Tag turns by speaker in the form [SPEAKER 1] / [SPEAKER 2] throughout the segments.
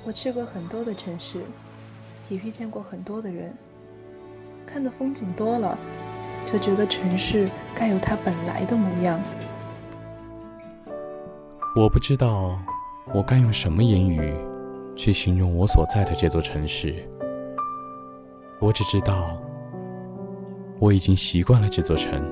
[SPEAKER 1] 我去过很多的城市，也遇见过很多的人，看的风景多了，就觉得城市该有它本来的模样。
[SPEAKER 2] 我不知道我该用什么言语去形容我所在的这座城市，我只知道我已经习惯了这座城。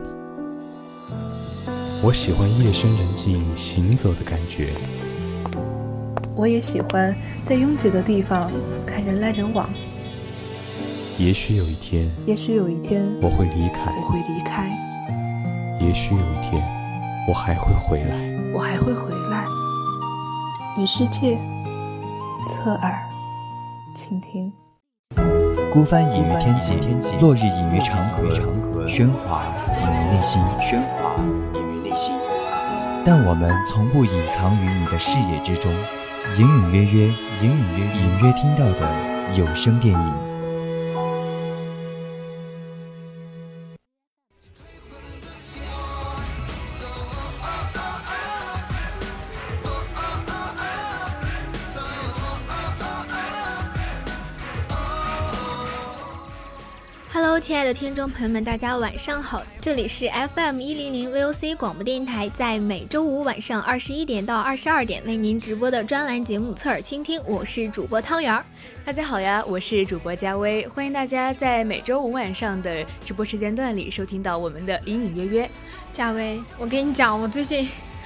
[SPEAKER 2] 我喜欢夜深人静行走的感觉，
[SPEAKER 1] 我也喜欢在拥挤的地方看人来人往。
[SPEAKER 2] 也许有一天
[SPEAKER 1] 我会
[SPEAKER 2] 离开，也许有一天我还会回来，
[SPEAKER 1] 与世界侧耳倾听。
[SPEAKER 3] 孤帆隐于天际，落日隐于长河，喧哗隐于内心。但我们从不隐藏于你的视野之中，隐约听到的有声电影。
[SPEAKER 4] Hello， 亲爱的听众朋友们，大家晚上好，这里是 FM100 VOC 广播电台，在每周五晚上21点到22点为您直播的专栏节目侧耳倾听，我是主播汤圆。
[SPEAKER 5] 大家好呀，我是主播佳薇，欢迎大家在每周五晚上的直播时间段里收听到我们的隐隐约约。
[SPEAKER 4] 佳薇，我跟你讲，我最近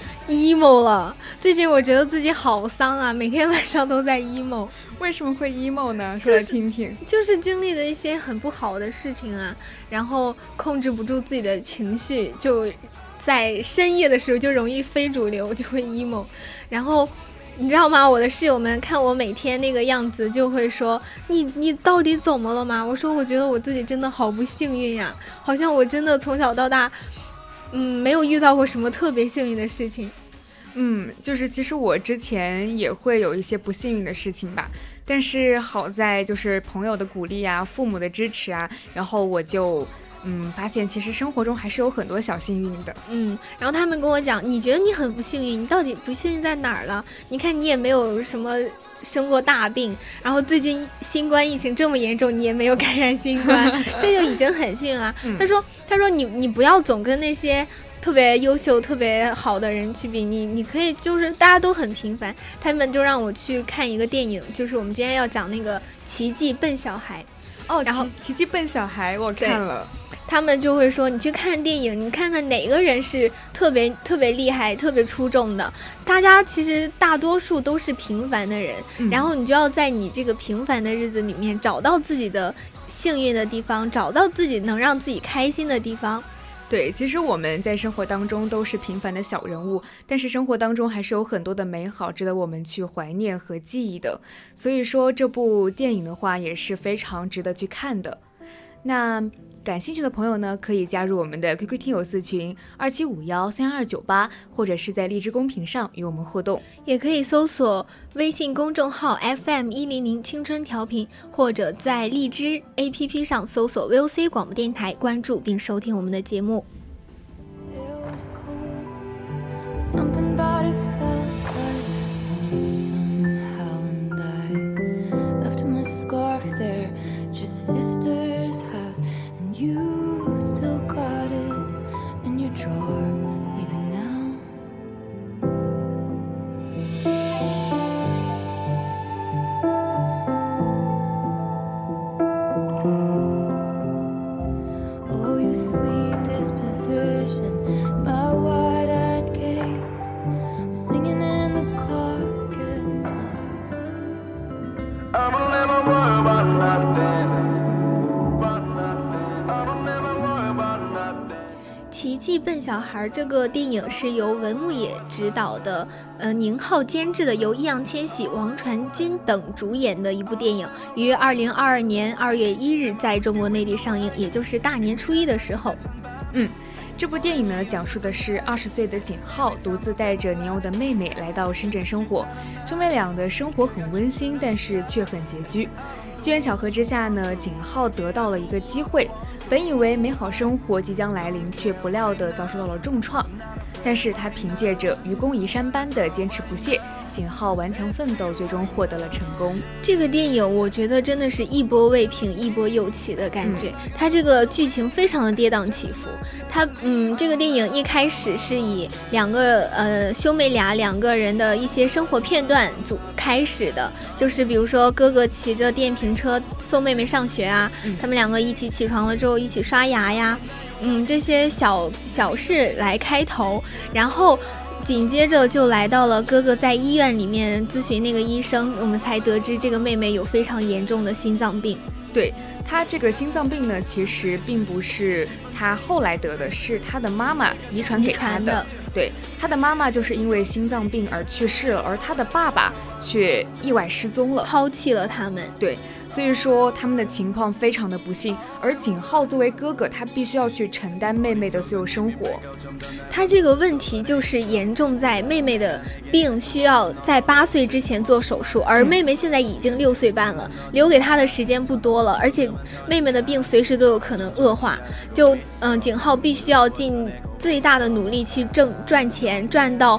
[SPEAKER 4] emo 了，最近我觉得自己好丧啊，每天晚上都在 emo。
[SPEAKER 5] 为什么会 emo 呢？说来听听。
[SPEAKER 4] 就是经历了一些很不好的事情啊，然后控制不住自己的情绪，就在深夜的时候就容易非主流，就会 emo。然后你知道吗？我的室友们看我每天那个样子，就会说你到底怎么了吗？我说我觉得我自己真的好不幸运呀，好像我真的从小到大没有遇到过什么特别幸运的事情。
[SPEAKER 5] 就是其实我之前也会有一些不幸运的事情吧，但是好在就是朋友的鼓励啊，父母的支持啊，然后我就发现其实生活中还是有很多小幸运的。
[SPEAKER 4] 然后他们跟我讲，你觉得你很不幸运，你到底不幸运在哪儿了？你看你也没有什么生过大病，然后最近新冠疫情这么严重，你也没有感染新冠，这就已经很幸运了。他说你不要总跟那些特别优秀特别好的人去比，你可以就是大家都很平凡。他们就让我去看一个电影，就是我们今天要讲那个奇迹笨小孩。然后
[SPEAKER 5] 奇迹笨小孩我看了，
[SPEAKER 4] 他们就会说你去看电影，你看看哪个人是特别特别厉害特别出众的，大家其实大多数都是平凡的人，然后你就要在你这个平凡的日子里面找到自己的幸运的地方，找到自己能让自己开心的地方。
[SPEAKER 5] 对，其实我们在生活当中都是平凡的小人物，但是生活当中还是有很多的美好值得我们去怀念和记忆的，所以说这部电影的话也是非常值得去看的。那感兴趣的朋友呢，可以加入我们的 QQ 听友4群27513298，或者是在荔枝公屏上与我们互动，
[SPEAKER 4] 也可以搜索微信公众号 FM100 青春调频，或者在荔枝 APP 上搜索 VOC 广播电台，关注并收听我们的节目。
[SPEAKER 6] You still got it in your drawer even now. Oh, your sweet disposition, my wide-eyed gaze, we're singing in the car, getting lost.
[SPEAKER 7] I'ma never worry about nothing.
[SPEAKER 4] 奇迹笨小孩这个电影是由文牧野执导的，宁浩监制的，由易烊千玺、王传君等主演的一部电影，于2022年2月1日在中国内地上映，也就是大年初一的时候。
[SPEAKER 5] 这部电影呢，讲述的是20岁的景浩独自带着年幼的妹妹来到深圳生活，兄妹俩的生活很温馨，但是却很拮据。机缘巧合之下呢，景浩得到了一个机会，本以为美好生活即将来临，却不料的遭受到了重创。 但是他凭借着愚公移山般的坚持不懈，景浩顽强奋斗，最终获得了成功。
[SPEAKER 4] 这个电影我觉得真的是一波未平一波又起的感觉，它这个剧情非常的跌宕起伏。它这个电影一开始是以两个人的一些生活片段开始的，就是比如说哥哥骑着电瓶车送妹妹上学啊，他们两个一起起床了之后一起刷牙呀，这些小事来开头，然后紧接着就来到了哥哥在医院里面咨询那个医生，我们才得知这个妹妹有非常严重的心脏病。
[SPEAKER 5] 对，他这个心脏病呢，其实并不是他后来得的，是他的妈妈遗传给他的。对，他的妈妈就是因为心脏病而去世了，而他的爸爸却意外失踪了，
[SPEAKER 4] 抛弃了他们。
[SPEAKER 5] 对，所以说他们的情况非常的不幸，而景浩作为哥哥，他必须要去承担妹妹的所有生活。
[SPEAKER 4] 他这个问题就是严重在妹妹的病需要在8岁之前做手术，而妹妹现在已经6岁半了，留给他的时间不多了，而且妹妹的病随时都有可能恶化，就景浩必须要尽最大的努力去赚钱，赚到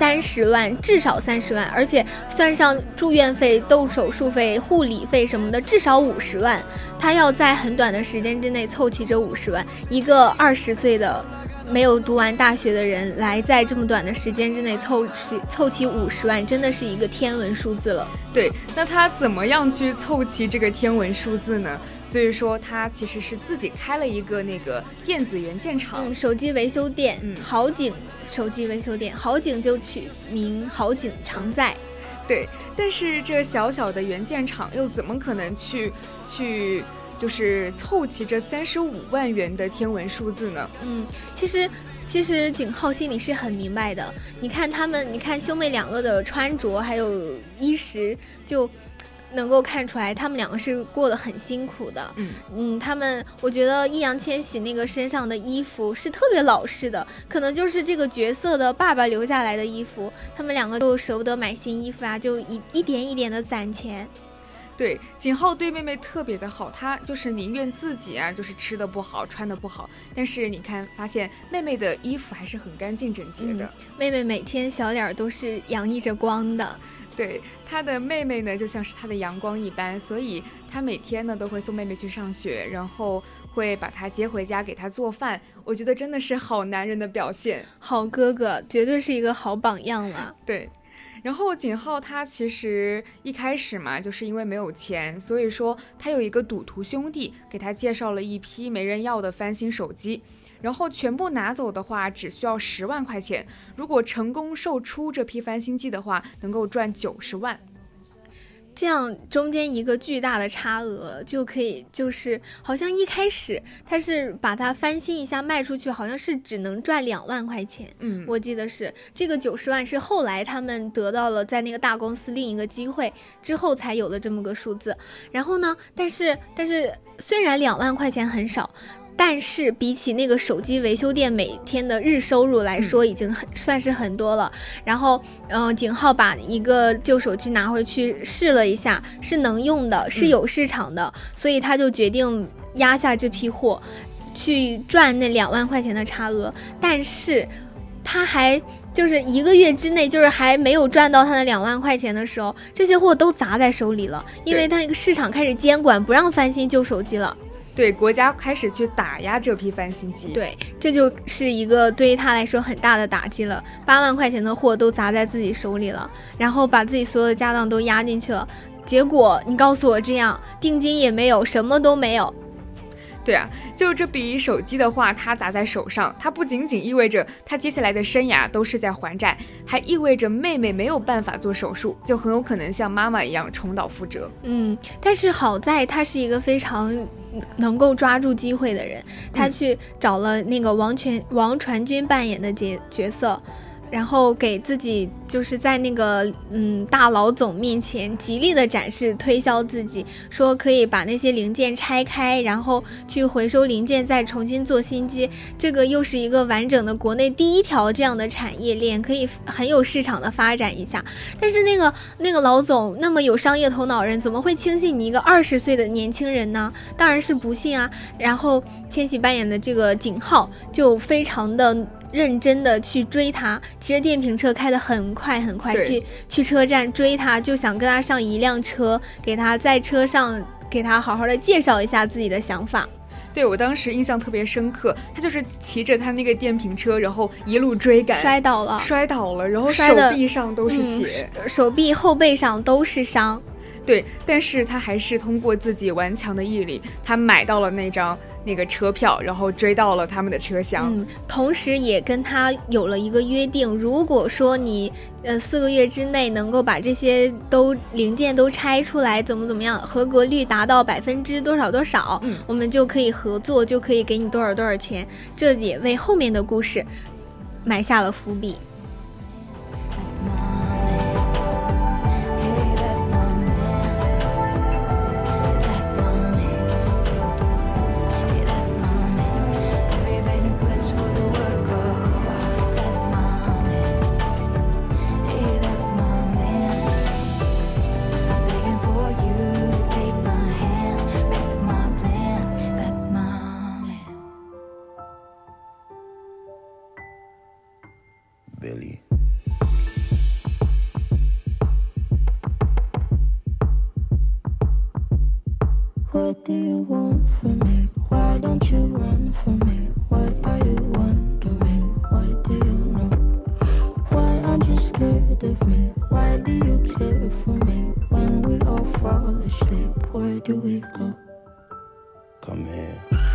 [SPEAKER 4] 30万，至少30万，而且算上住院费、动手术费、护理费什么的，至少50万。他要在很短的时间之内凑齐这50万，一个20岁的没有读完大学的人来在这么短的时间之内凑齐50万，真的是一个天文数字了。
[SPEAKER 5] 对，那他怎么样去凑齐这个天文数字呢？所以说他其实是自己开了一个那个电子元件厂，
[SPEAKER 4] 手机维修店，好景手机维修店，好景就取名好景常在。
[SPEAKER 5] 对，但是这小小的元件厂又怎么可能去就是凑齐这35万元的天文数字呢？
[SPEAKER 4] 其实景浩心里是很明白的。你看兄妹两个的穿着还有衣食，就能够看出来他们两个是过得很辛苦的。我觉得易烊千玺那个身上的衣服是特别老式的，可能就是这个角色的爸爸留下来的衣服，他们两个就舍不得买新衣服啊，就一点一点的攒钱。
[SPEAKER 5] 对，景浩对妹妹特别的好，他就是宁愿自己啊，就是吃的不好，穿的不好，但是你看，发现妹妹的衣服还是很干净整洁的。
[SPEAKER 4] 妹妹每天小脸都是洋溢着光的。
[SPEAKER 5] 对，他的妹妹呢，就像是他的阳光一般，所以他每天呢都会送妹妹去上学，然后会把她接回家给她做饭。我觉得真的是好男人的表现，
[SPEAKER 4] 好哥哥，绝对是一个好榜样了。
[SPEAKER 5] 对。然后景浩他其实一开始嘛，就是因为没有钱，所以说他有一个赌徒兄弟给他介绍了一批没人要的翻新手机，然后全部拿走的话只需要10万块钱，如果成功售出这批翻新机的话，能够赚90万。
[SPEAKER 4] 这样中间一个巨大的差额就可以，就是好像一开始他是把它翻新一下卖出去，好像是只能赚2万块钱。我记得是这个90万是后来他们得到了在那个大公司另一个机会之后才有了这么个数字。然后呢，但是虽然2万块钱很少，但是比起那个手机维修店每天的日收入来说，已经算是很多了。然后景浩把一个旧手机拿回去试了一下，是能用的，是有市场的，所以他就决定压下这批货去赚那2万块钱的差额。但是他还就是1个月之内，就是还没有赚到他的2万块钱的时候，这些货都砸在手里了，因为他那个市场开始监管，不让翻新旧手机了。
[SPEAKER 5] 对，国家开始去打压这批翻新机。
[SPEAKER 4] 对，这就是一个对于他来说很大的打击了。8万块钱的货都砸在自己手里了，然后把自己所有的家当都压进去了，结果你告诉我这样，定金也没有，什么都没有。
[SPEAKER 5] 对啊，就这笔手机的话，他砸在手上，它不仅仅意味着他接下来的生涯都是在还债，还意味着妹妹没有办法做手术，就很有可能像妈妈一样重蹈覆辙。
[SPEAKER 4] 但是好在他是一个非常能够抓住机会的人，他去找了那个王传君扮演的角色，然后给自己就是在那个大老总面前极力的展示推销自己，说可以把那些零件拆开，然后去回收零件再重新做新机，这个又是一个完整的国内第一条这样的产业链，可以很有市场的发展一下。但是那个老总那么有商业头脑人，怎么会轻信你一个20岁的年轻人呢？当然是不信啊。然后千玺扮演的这个景浩就非常的认真的去追他，骑着电瓶车开得很快很快，去车站追他，就想跟他上一辆车，给他在车上给他好好的介绍一下自己的想法。
[SPEAKER 5] 对，我当时印象特别深刻，他就是骑着他那个电瓶车，然后一路追赶，
[SPEAKER 4] 摔倒了，然后
[SPEAKER 5] 手臂上都是血，
[SPEAKER 4] 手臂后背上都是伤。
[SPEAKER 5] 对，但是他还是通过自己顽强的毅力，他买到了那个车票，然后追到了他们的车厢。
[SPEAKER 4] 同时也跟他有了一个约定，如果说你4个月之内能够把这些零件都拆出来，怎么样，合格率达到%多少，我们就可以合作，就可以给你多少钱。这也为后面的故事埋下了伏笔。
[SPEAKER 7] Billy.
[SPEAKER 6] What do you want from me? Why don't you run from me? What are you wondering? What do you know? Why aren't you scared of me? Why do you care for me? When we all fall asleep, where do we go?
[SPEAKER 7] Come here.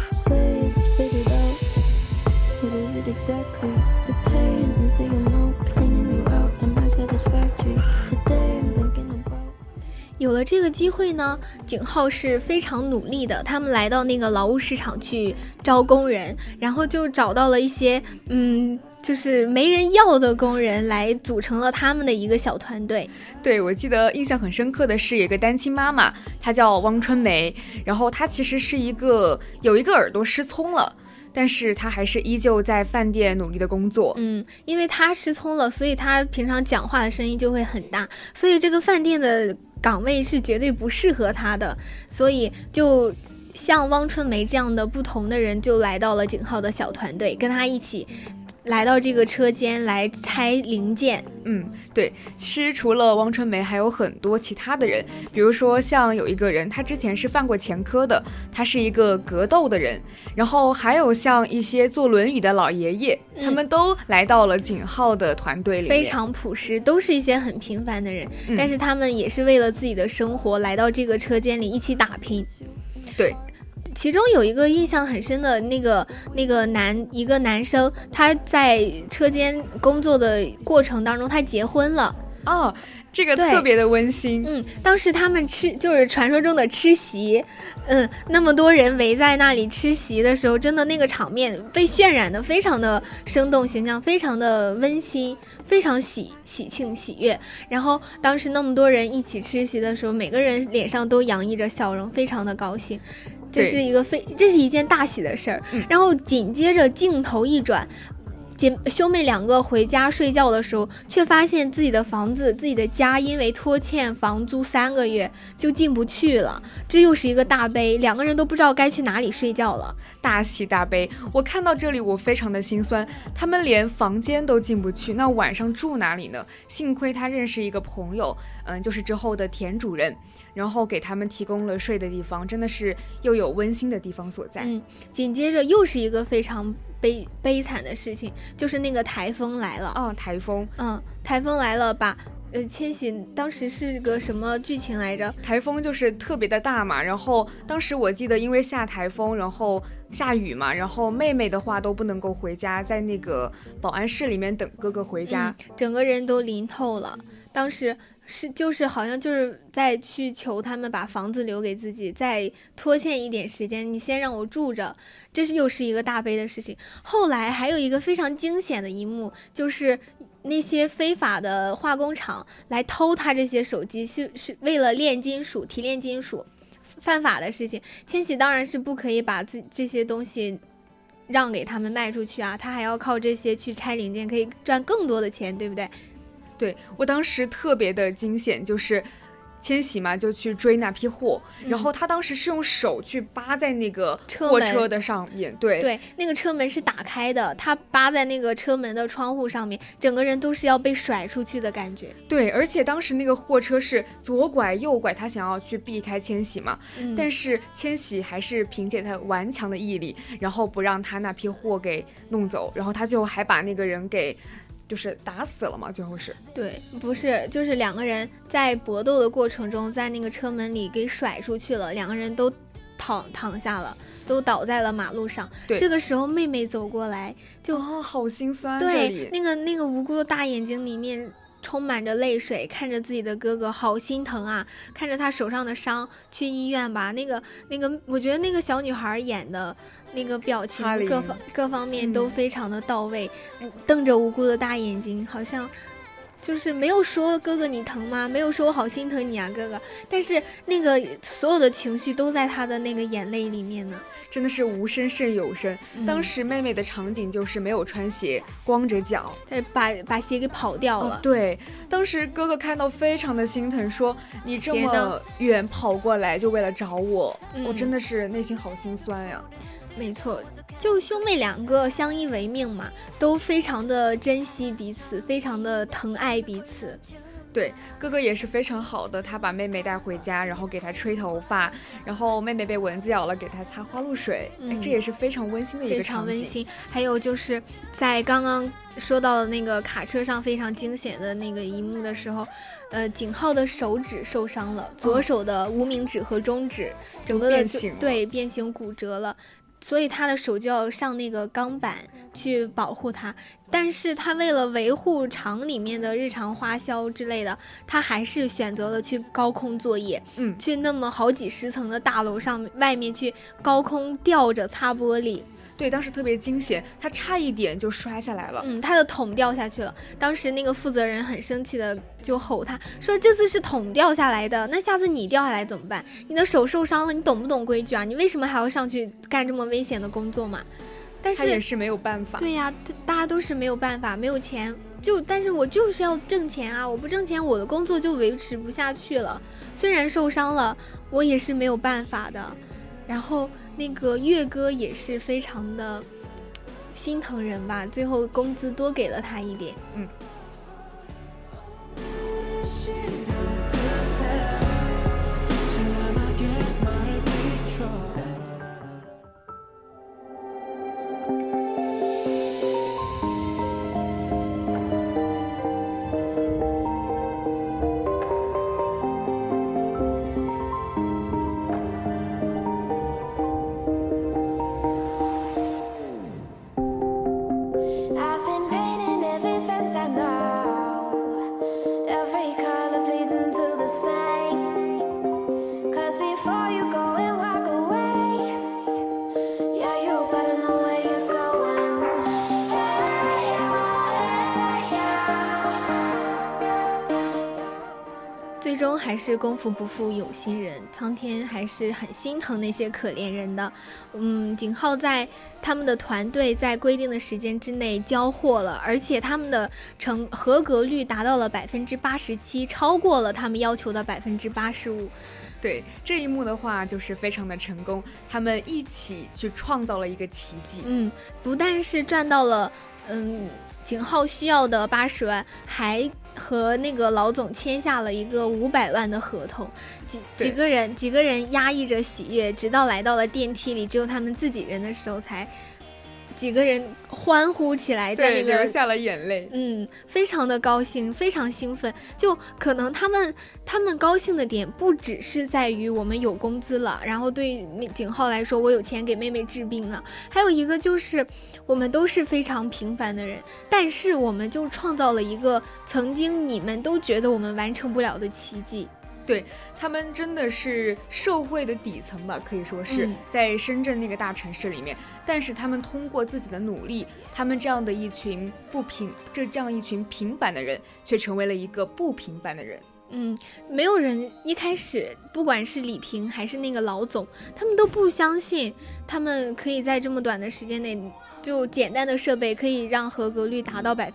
[SPEAKER 6] Say it, spit it out. What is it exactly? The pain is the amount cleaning you out. Am I satisfactory? Today I'm thinking about.
[SPEAKER 4] 有了这个机会呢，景浩是非常努力的，他们来到那个劳务市场去招工人，然后就找到了一些就是没人要的工人，来组成了他们的一个小团队。
[SPEAKER 5] 对，我记得印象很深刻的是有一个单亲妈妈，她叫汪春梅，然后她其实是有一个耳朵失聪了，但是她还是依旧在饭店努力的工作。
[SPEAKER 4] 因为她失聪了，所以她平常讲话的声音就会很大，所以这个饭店的岗位是绝对不适合她的，所以就像汪春梅这样的不同的人就来到了景浩的小团队，跟他一起来到这个车间来拆零件。
[SPEAKER 5] 对，其实除了汪春梅还有很多其他的人，比如说像有一个人他之前是犯过前科的，他是一个格斗的人，然后还有像一些坐轮椅的老爷爷，他们都来到了景浩的团队里面，
[SPEAKER 4] 非常朴实，都是一些很平凡的人，但是他们也是为了自己的生活来到这个车间里一起打拼。
[SPEAKER 5] 对，
[SPEAKER 4] 其中有一个印象很深的一个男生，他在车间工作的过程当中，他结婚了。
[SPEAKER 5] 这个特别的温馨。
[SPEAKER 4] 当时他们就是传说中的吃席，那么多人围在那里吃席的时候，真的那个场面被渲染的非常的生动形象，非常的温馨，非常喜庆喜悦。然后当时那么多人一起吃席的时候，每个人脸上都洋溢着笑容，非常的高兴。这是一件大喜的事儿。然后紧接着镜头一转，兄妹两个回家睡觉的时候，却发现自己的房子、自己的家因为拖欠房租3个月就进不去了。这又是一个大悲，两个人都不知道该去哪里睡觉了。
[SPEAKER 5] 大喜大悲，我看到这里我非常的心酸，他们连房间都进不去，那晚上住哪里呢？幸亏他认识一个朋友，就是之后的田主任，然后给他们提供了睡的地方，真的是又有温馨的地方所在。
[SPEAKER 4] 紧接着又是一个非常悲惨的事情，就是那个台风来了。台风来了，把千玺当时是个什么剧情来着？
[SPEAKER 5] 台风就是特别的大嘛，然后当时我记得因为下台风，然后下雨嘛，然后妹妹的话都不能够回家，在那个保安室里面等哥哥回家，
[SPEAKER 4] 整个人都淋透了。当时好像就是在去求他们把房子留给自己，再拖欠一点时间，你先让我住着，这又是一个大悲的事情。后来还有一个非常惊险的一幕，就是那些非法的化工厂来偷他这些手机，是为了炼金属、提炼金属，犯法的事情。千玺当然是不可以把这些东西让给他们卖出去啊，他还要靠这些去拆零件，可以赚更多的钱，对不对？
[SPEAKER 5] 对，我当时特别的惊险，就是千玺嘛就去追那批货，然后他当时是用手去扒在那个货车的上面，对，
[SPEAKER 4] 那个车门是打开的，他扒在那个车门的窗户上面，整个人都是要被甩出去的感觉。
[SPEAKER 5] 对，而且当时那个货车是左拐右拐，他想要去避开千玺嘛，但是千玺还是凭借他顽强的毅力，然后不让他那批货给弄走，然后他最后还把那个人给就是打死了嘛，最后是。
[SPEAKER 4] 对，不是，就是两个人在搏斗的过程中，在那个车门里给甩出去了，两个人都躺下了，都倒在了马路上。
[SPEAKER 5] 对，
[SPEAKER 4] 这个时候妹妹走过来，就
[SPEAKER 5] 好心酸。
[SPEAKER 4] 对，那个无辜的大眼睛里面充满着泪水，看着自己的哥哥，好心疼啊！看着他手上的伤，去医院吧。那个，我觉得那个小女孩演的那个表情，各方面都非常的到位，瞪着无辜的大眼睛，好像就是没有说哥哥你疼吗？没有说我好心疼你啊，哥哥。但是那个所有的情绪都在他的那个眼泪里面呢，
[SPEAKER 5] 真的是无声胜有声。当时妹妹的场景就是没有穿鞋，光着脚，
[SPEAKER 4] 把鞋给跑掉了。
[SPEAKER 5] 对，当时哥哥看到非常的心疼，说你这么远跑过来就为了找我，我真的是内心好心酸呀。
[SPEAKER 4] 没错，就兄妹两个相依为命嘛，都非常的珍惜彼此，非常的疼爱彼此。
[SPEAKER 5] 对，哥哥也是非常好的，他把妹妹带回家，然后给她吹头发，然后妹妹被蚊子咬了，给她擦花露水。这也是非常温馨的一个场景。
[SPEAKER 4] 非常温馨。还有就是在刚刚说到的那个卡车上非常惊险的那个一幕的时候，景浩的手指受伤了，左手的无名指和中指整个的变形骨折了。所以他的手就要上那个钢板去保护他，但是他为了维护厂里面的日常花销之类的，他还是选择了去高空作业，去那么好几十层的大楼上外面去高空吊着擦玻璃。
[SPEAKER 5] 对，当时特别惊险，他差一点就摔下来了。
[SPEAKER 4] 他的桶掉下去了。当时那个负责人很生气的就吼他说：“这次是桶掉下来的，那下次你掉下来怎么办？你的手受伤了，你懂不懂规矩啊？你为什么还要上去干这么危险的工作嘛？”但是
[SPEAKER 5] 他也是没有办法。
[SPEAKER 4] 对呀，大家都是没有办法，没有钱但是我就是要挣钱啊！我不挣钱，我的工作就维持不下去了。虽然受伤了，我也是没有办法的。然后那个岳哥也是非常的心疼人吧，最后工资多给了他一点。最终还是功夫不负有心人，苍天还是很心疼那些可怜人的。景浩在他们的团队在规定的时间之内交货了，而且他们的合格率达到了87%，超过了他们要求的85%。
[SPEAKER 5] 对，这一幕的话就是非常的成功，他们一起去创造了一个奇迹。
[SPEAKER 4] 不但是赚到了景浩需要的80万，还和那个老总签下了一个500万的合同。几个人压抑着喜悦，直到来到了电梯里，只有他们自己人的时候，才几个人欢呼起来，在那个
[SPEAKER 5] 流下了眼泪。
[SPEAKER 4] 非常的高兴，非常兴奋。就可能他们高兴的点不只是在于我们有工资了，然后对景浩来说，我有钱给妹妹治病了，还有一个就是我们都是非常平凡的人，但是我们就创造了一个曾经你们都觉得我们完成不了的奇迹。
[SPEAKER 5] 对，他们真的是社会的底层吧，可以说是在深圳那个大城市里面，但是他们通过自己的努力，他们这样一群平凡的人，却成为了一个不平凡的人。
[SPEAKER 4] 没有人一开始，不管是李平还是那个老总，他们都不相信他们可以在这么短的时间内就简单的设备可以让合格率达到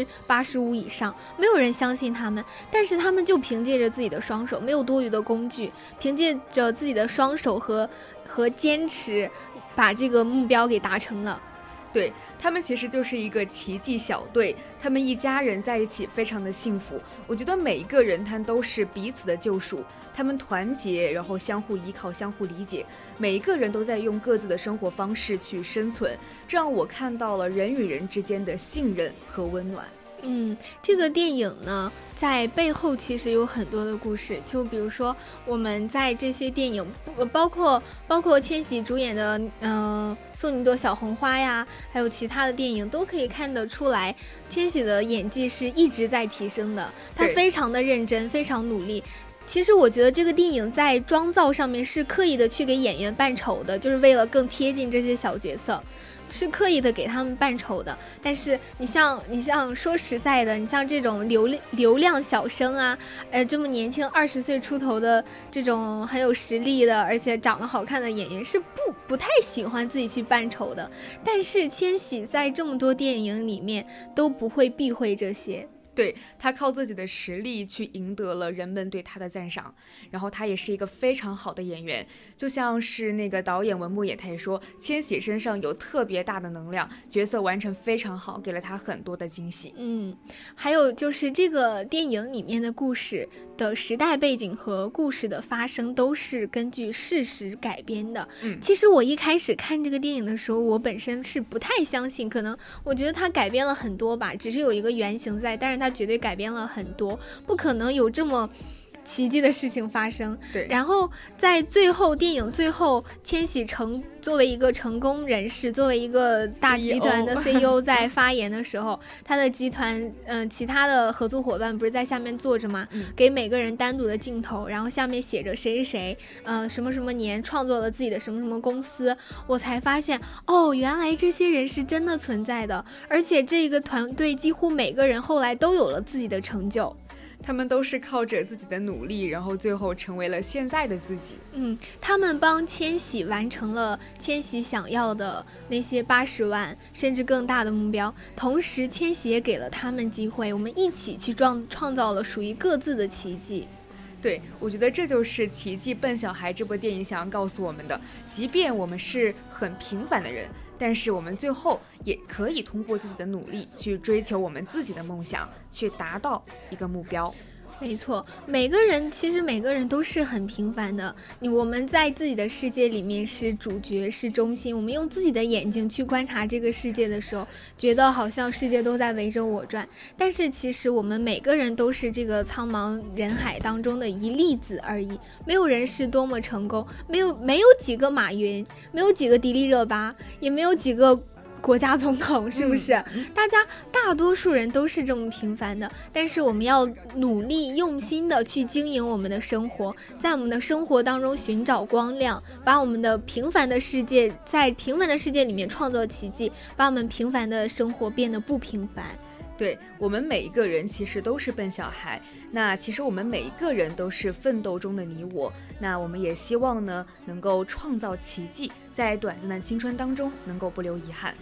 [SPEAKER 4] 85%以上，没有人相信他们，但是他们就凭借着自己的双手，没有多余的工具，凭借着自己的双手和坚持，把这个目标给达成了。
[SPEAKER 5] 对，他们其实就是一个奇迹小队，他们一家人在一起非常的幸福。我觉得每一个人他都是彼此的救赎，他们团结，然后相互依靠，相互理解，每一个人都在用各自的生活方式去生存，这让我看到了人与人之间的信任和温暖。
[SPEAKER 4] 这个电影呢，在背后其实有很多的故事，就比如说我们在这些电影，包括千玺主演的送你朵小红花呀，还有其他的电影，都可以看得出来，千玺的演技是一直在提升的，他非常的认真，非常努力。其实我觉得这个电影在妆造上面是刻意的去给演员扮丑的，就是为了更贴近这些小角色，是刻意的给他们扮丑的。但是你像说实在的，你像这种流量小生啊，这么年轻20岁出头的这种很有实力的，而且长得好看的演员是不太喜欢自己去扮丑的。但是千玺在这么多电影里面都不会避讳这些。
[SPEAKER 5] 对，他靠自己的实力去赢得了人们对他的赞赏，然后他也是一个非常好的演员，就像是那个导演文牧野，他也说千玺身上有特别大的能量，角色完成非常好，给了他很多的惊喜。
[SPEAKER 4] 还有就是这个电影里面的故事的时代背景和故事的发生都是根据事实改编的。其实我一开始看这个电影的时候，我本身是不太相信，可能我觉得它改编了很多吧，只是有一个原型在，但是它绝对改编了很多，不可能有这么奇迹的事情发生。
[SPEAKER 5] 对，
[SPEAKER 4] 然后在电影最后，千玺作为一个成功人士，作为一个大集团的 CEO 在发言的时候，他的集团其他的合作伙伴不是在下面坐着吗？给每个人单独的镜头，然后下面写着谁谁什么什么年创作了自己的什么什么公司，我才发现原来这些人是真的存在的，而且这个团队几乎每个人后来都有了自己的成就。
[SPEAKER 5] 他们都是靠着自己的努力，然后最后成为了现在的自己。
[SPEAKER 4] 他们帮千玺完成了千玺想要的那些80万甚至更大的目标，同时千玺也给了他们机会，我们一起去创造了属于各自的奇迹。
[SPEAKER 5] 对，我觉得这就是《奇迹笨小孩》这部电影想要告诉我们的，即便我们是很平凡的人，但是我们最后也可以通过自己的努力去追求我们自己的梦想，去达到一个目标。
[SPEAKER 4] 没错，其实每个人都是很平凡的，我们在自己的世界里面是主角，是中心，我们用自己的眼睛去观察这个世界的时候，觉得好像世界都在围着我转，但是其实我们每个人都是这个苍茫人海当中的一粒子而已，没有人是多么成功，没有几个马云，没有几个迪丽热巴，也没有几个国家总统，是不是？大多数人都是这么平凡的，但是我们要努力用心的去经营我们的生活，在我们的生活当中寻找光亮，把我们的平凡的世界，在平凡的世界里面创造奇迹，把我们平凡的生活变得不平凡。
[SPEAKER 5] 对，我们每一个人其实都是笨小孩，那其实我们每一个人都是奋斗中的你我，那我们也希望呢能够創造奇迹，在短暂的青春当中能够不留遗憾。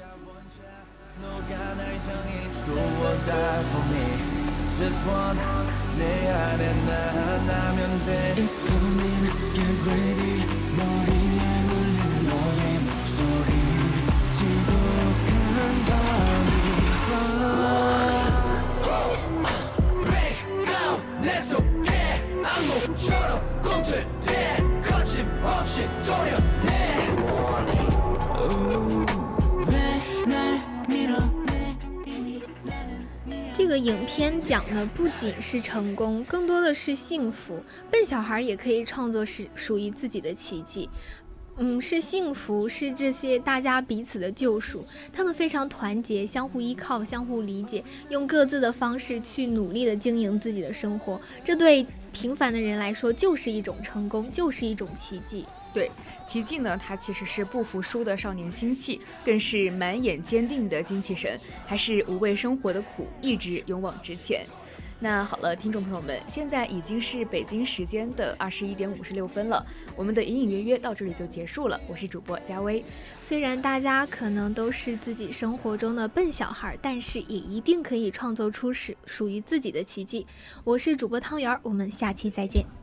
[SPEAKER 4] 这个影片讲的不仅是成功，更多的是幸福。笨小孩也可以创作属于自己的奇迹。是幸福，是这些大家彼此的救赎。他们非常团结，相互依靠，相互理解，用各自的方式去努力的经营自己的生活。这对平凡的人来说就是一种成功，就是一种奇迹。
[SPEAKER 5] 对，奇迹呢，他其实是不服输的少年心气，更是满眼坚定的精气神，还是无畏生活的苦，一直勇往直前。 那好了，听众朋友们，现在已经是北京时间的21点56分了，我们的隐隐约约到这里就结束了。我是主播佳薇。
[SPEAKER 4] 虽然大家可能都是自己生活中的笨小孩，但是也一定可以创作出属于自己的奇迹。我是主播汤圆，我们下期再见。